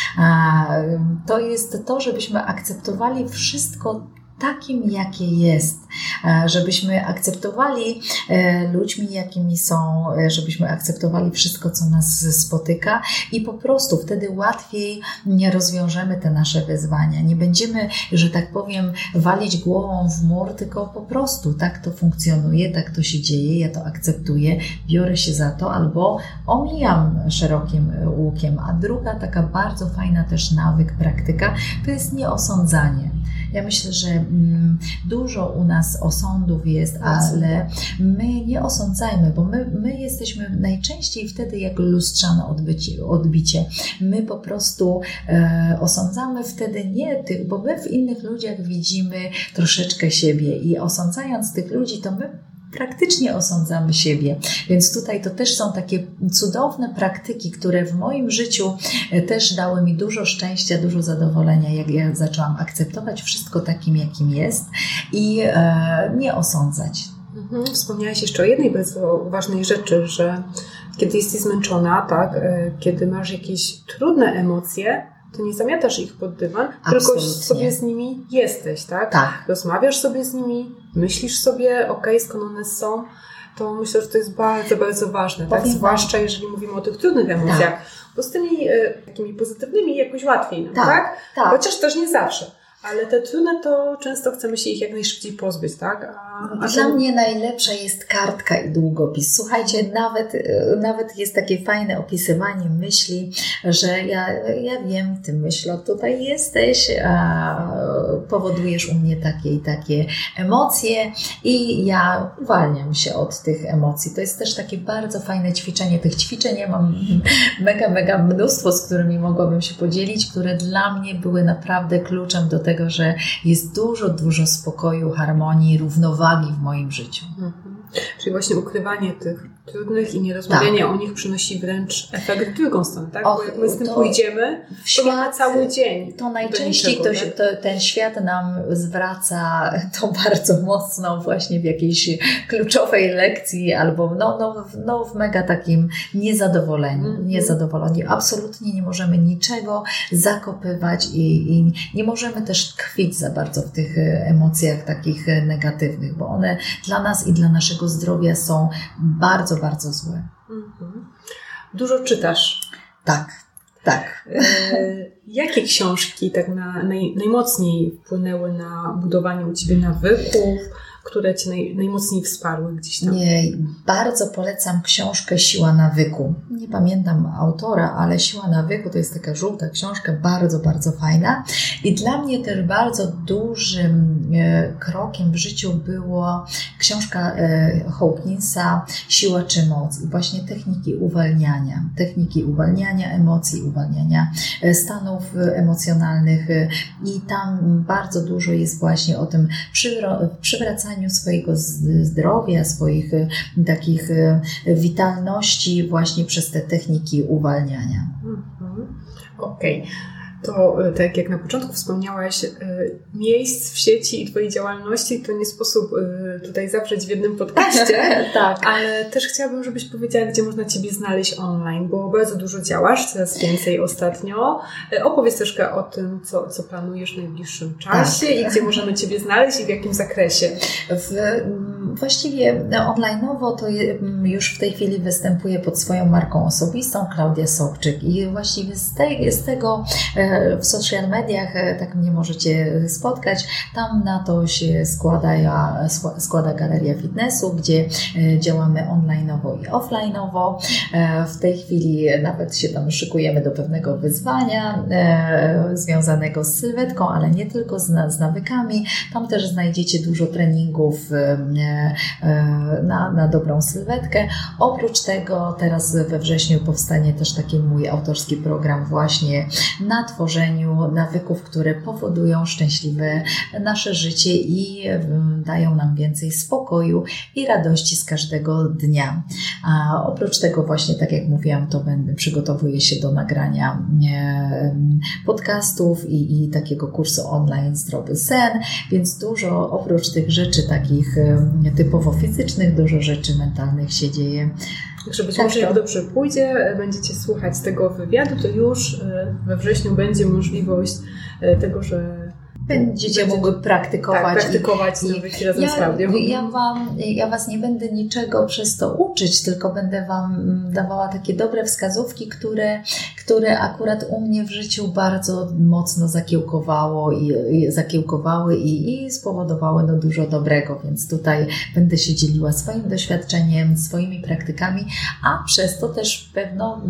To jest to, żebyśmy akceptowali wszystko takim, jakie jest, żebyśmy akceptowali ludźmi, jakimi są, żebyśmy akceptowali wszystko, co nas spotyka i po prostu wtedy łatwiej nie rozwiążemy te nasze wyzwania. Nie będziemy, że tak powiem, walić głową w mur, tylko po prostu tak to funkcjonuje, tak to się dzieje, ja to akceptuję, biorę się za to albo omijam szerokim łukiem. A druga taka bardzo fajna też nawyk, praktyka, to jest nieosądzanie. Ja myślę, że mm, dużo u nas osądów jest, ale my nie osądzajmy, bo my, my jesteśmy najczęściej wtedy jak lustrzane odbicie. odbicie. My po prostu e, osądzamy wtedy nie tych, bo my w innych ludziach widzimy troszeczkę siebie i osądzając tych ludzi, to my praktycznie osądzamy siebie. Więc tutaj to też są takie cudowne praktyki, które w moim życiu też dały mi dużo szczęścia, dużo zadowolenia, jak ja zaczęłam akceptować wszystko takim, jakim jest i e, nie osądzać. Mhm. Wspomniałaś jeszcze o jednej bardzo ważnej rzeczy, że kiedy jesteś zmęczona, tak, kiedy masz jakieś trudne emocje, to nie zamiatasz ich pod dywan, Absolutnie. tylko sobie z nimi jesteś, tak? Tak. Rozmawiasz sobie z nimi, myślisz sobie, okej, skąd one są, to myślę, że to jest bardzo, bardzo ważne, tak? Zwłaszcza jeżeli mówimy o tych trudnych emocjach, tak. Bo z tymi e, takimi pozytywnymi jakoś łatwiej nam, tak? Tak? Tak. Chociaż też nie zawsze. Ale te trudne to często chcemy się ich jak najszybciej pozbyć, tak? A, a Dla ten... mnie najlepsza jest kartka i długopis. Słuchajcie, nawet, nawet jest takie fajne opisywanie myśli, że ja, ja wiem, ty myślo, tutaj jesteś, a powodujesz u mnie takie i takie emocje i ja uwalniam się od tych emocji. To jest też takie bardzo fajne ćwiczenie. Tych ćwiczeń ja mam mega, mega mnóstwo, z którymi mogłabym się podzielić, które dla mnie były naprawdę kluczem do tego, że jest dużo, dużo spokoju, harmonii, równowagi w moim życiu. Mhm. Czyli właśnie ukrywanie tych trudnych i nierozmawianie tak. o nich przynosi wręcz efekt w drugą stronę, tak? Och, bo jak my z tym to pójdziemy, to świat, mamy cały dzień. To najczęściej to, tak? to, ten świat nam zwraca to bardzo mocno właśnie w jakiejś kluczowej lekcji albo no, no, no w mega takim niezadowoleniu. Mm-hmm. niezadowoleniu. Absolutnie nie możemy niczego zakopywać i, i nie możemy też tkwić za bardzo w tych emocjach takich negatywnych, bo one dla nas i dla naszego zdrowia są bardzo, bardzo złe. Mhm. Dużo czytasz. Tak, tak. E, jakie książki tak na, naj, najmocniej wpłynęły na budowanie u Ciebie nawyków, które Cię naj, najmocniej wsparły gdzieś tam? Nie, bardzo polecam książkę Siła nawyku. Nie pamiętam autora, ale Siła nawyku to jest taka żółta książka, bardzo, bardzo fajna. I dla mnie też bardzo dużym e, krokiem w życiu była książka e, Hawkinsa Siła czy moc i właśnie techniki uwalniania. Techniki uwalniania emocji, uwalniania e, stanów emocjonalnych e, i tam bardzo dużo jest właśnie o tym przywro- przywracaniu swojego zdrowia, swoich takich witalności właśnie przez te techniki uwalniania. Mhm. Okej. Okay. To tak jak na początku wspomniałaś, miejsc w sieci i Twojej działalności to nie sposób tutaj zawrzeć w jednym podcaście, tak. Ale też chciałabym, żebyś powiedziała, gdzie można Ciebie znaleźć online, bo bardzo dużo działasz, coraz więcej ostatnio. Opowiedz troszkę o tym, co, co planujesz w najbliższym czasie tak. i gdzie możemy Ciebie znaleźć i w jakim zakresie. W, właściwie online'owo to już w tej chwili występuję pod swoją marką osobistą, Klaudia Sobczyk i właściwie z, tej, z tego w social mediach tak mnie możecie spotkać. Tam na to się składa, ja, składa Galeria Fitnessu, gdzie działamy online'owo i offline'owo. W tej chwili nawet się tam szykujemy do pewnego wyzwania związanego z sylwetką, ale nie tylko z, z nawykami. Tam też znajdziecie dużo treningów na, na dobrą sylwetkę. Oprócz tego teraz we wrześniu powstanie też taki mój autorski program właśnie na Twoją tworzeniu nawyków, które powodują szczęśliwe nasze życie i dają nam więcej spokoju i radości z każdego dnia. A oprócz tego właśnie, tak jak mówiłam, to będę, przygotowuję się do nagrania podcastów i, i takiego kursu online Zdrowy Sen, więc dużo oprócz tych rzeczy takich typowo fizycznych, dużo rzeczy mentalnych się dzieje. Także być tak może to. jak dobrze pójdzie, będziecie słuchać tego wywiadu, to już we wrześniu będzie możliwość tego, że Będziecie Będzie, mogły praktykować. Tak, praktykować i, nawyki razem ja, z Klaudią. Ja, wam, ja Was nie będę niczego przez to uczyć, tylko będę Wam dawała takie dobre wskazówki, które, które akurat u mnie w życiu bardzo mocno zakiełkowało i, i zakiełkowały i, i spowodowały no dużo dobrego, więc tutaj będę się dzieliła swoim doświadczeniem, swoimi praktykami, a przez to też pewno,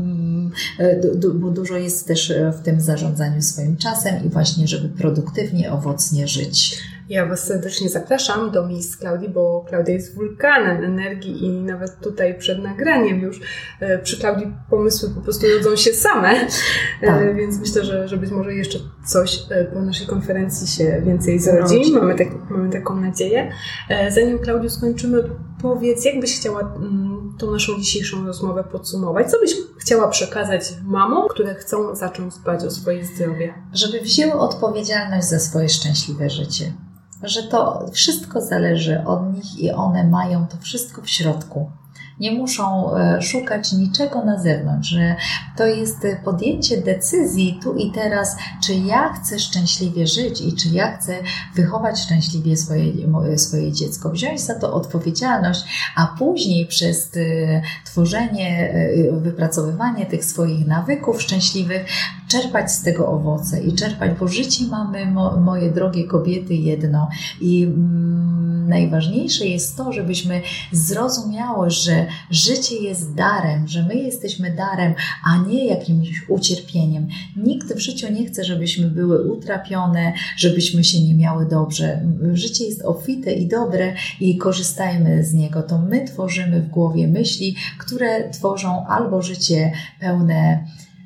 bo dużo jest też w tym zarządzaniu swoim czasem i właśnie, żeby produktywnie, owocnie żyć. Ja Was serdecznie zapraszam do miejsc Klaudii, bo Klaudia jest wulkanem energii i nawet tutaj przed nagraniem już e, przy Klaudii pomysły po prostu rodzą się same, Tak. e, więc myślę, że, że być może jeszcze coś e, po naszej konferencji się więcej zrodzi. Mamy, tak, mamy taką nadzieję. E, zanim Klaudiu skończymy, powiedz, jak byś chciała mm, tą naszą dzisiejszą rozmowę podsumować? Co byś chciała przekazać mamom, które chcą zacząć dbać o swoje zdrowie? Żeby wzięły odpowiedzialność za swoje szczęśliwe życie. Że to wszystko zależy od nich i one mają to wszystko w środku. Nie muszą szukać niczego na zewnątrz, że to jest podjęcie decyzji tu i teraz, czy ja chcę szczęśliwie żyć i czy ja chcę wychować szczęśliwie swoje, swoje dziecko, wziąć za to odpowiedzialność, a później przez tworzenie, wypracowywanie tych swoich nawyków szczęśliwych czerpać z tego owoce i czerpać, bo życie mamy, mo, moje drogie kobiety, jedno i mm, najważniejsze jest to, żebyśmy zrozumiały, że życie jest darem, że my jesteśmy darem, a nie jakimś ucierpieniem. Nikt w życiu nie chce, żebyśmy były utrapione, żebyśmy się nie miały dobrze. Życie jest obfite i dobre i korzystajmy z niego. To my tworzymy w głowie myśli, które tworzą albo życie pełne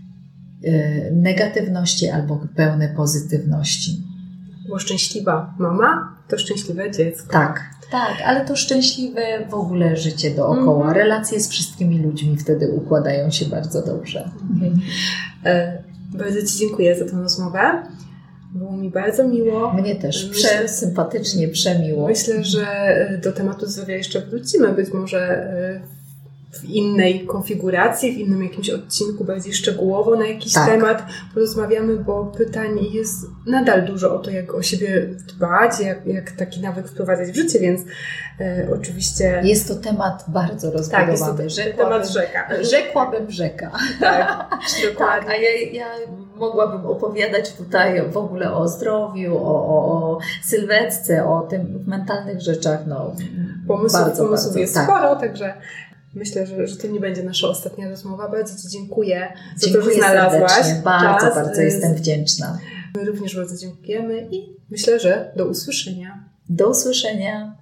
negatywności albo pełne pozytywności. Bo szczęśliwa mama to szczęśliwe dziecko. Tak, tak, ale to szczęśliwe w ogóle życie dookoła. Mm. Relacje z wszystkimi ludźmi wtedy układają się bardzo dobrze. Mm. E, bardzo Ci dziękuję za tę rozmowę. Było mi bardzo miło. Mnie też. Przesympatycznie, przemiło. Myślę, że do tematu zdrowia jeszcze wrócimy. Być może w innej konfiguracji, w innym jakimś odcinku, bardziej szczegółowo na jakiś tak. temat porozmawiamy, bo pytań jest nadal dużo o to, jak o siebie dbać, jak, jak taki nawyk wprowadzać w życie, więc e, oczywiście... Jest to temat bardzo rozbudowany. Tak, jest to temat rzeka. Rzekłabym rzeka. Tak, dokładnie. Tak, a ja, ja mogłabym opowiadać tutaj w ogóle o zdrowiu, o, o, o sylwetce, o tym mentalnych rzeczach. No, pomysłów bardzo, pomysłów bardzo, jest tak. sporo, także myślę, że, że to nie będzie nasza ostatnia rozmowa. Bardzo Ci dziękuję za dziękuję to, że znalazłaś serdecznie. Bardzo, czas. bardzo jestem wdzięczna. My również bardzo dziękujemy i myślę, że do usłyszenia. Do usłyszenia.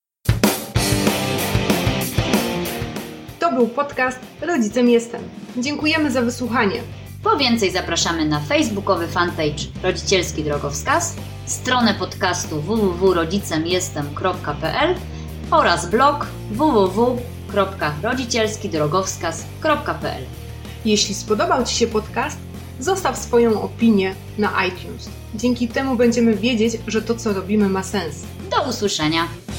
To był podcast Rodzicem Jestem. Dziękujemy za wysłuchanie. Po więcej zapraszamy na facebookowy fanpage Rodzicielski Drogowskaz, stronę podcastu w w w kropka rodzicem jestem kropka p l oraz blog w w w kropka rodzicielski drogowskaz kropka p l. Jeśli spodobał Ci się podcast, zostaw swoją opinię na iTunes. Dzięki temu będziemy wiedzieć, że to, co robimy, ma sens. Do usłyszenia!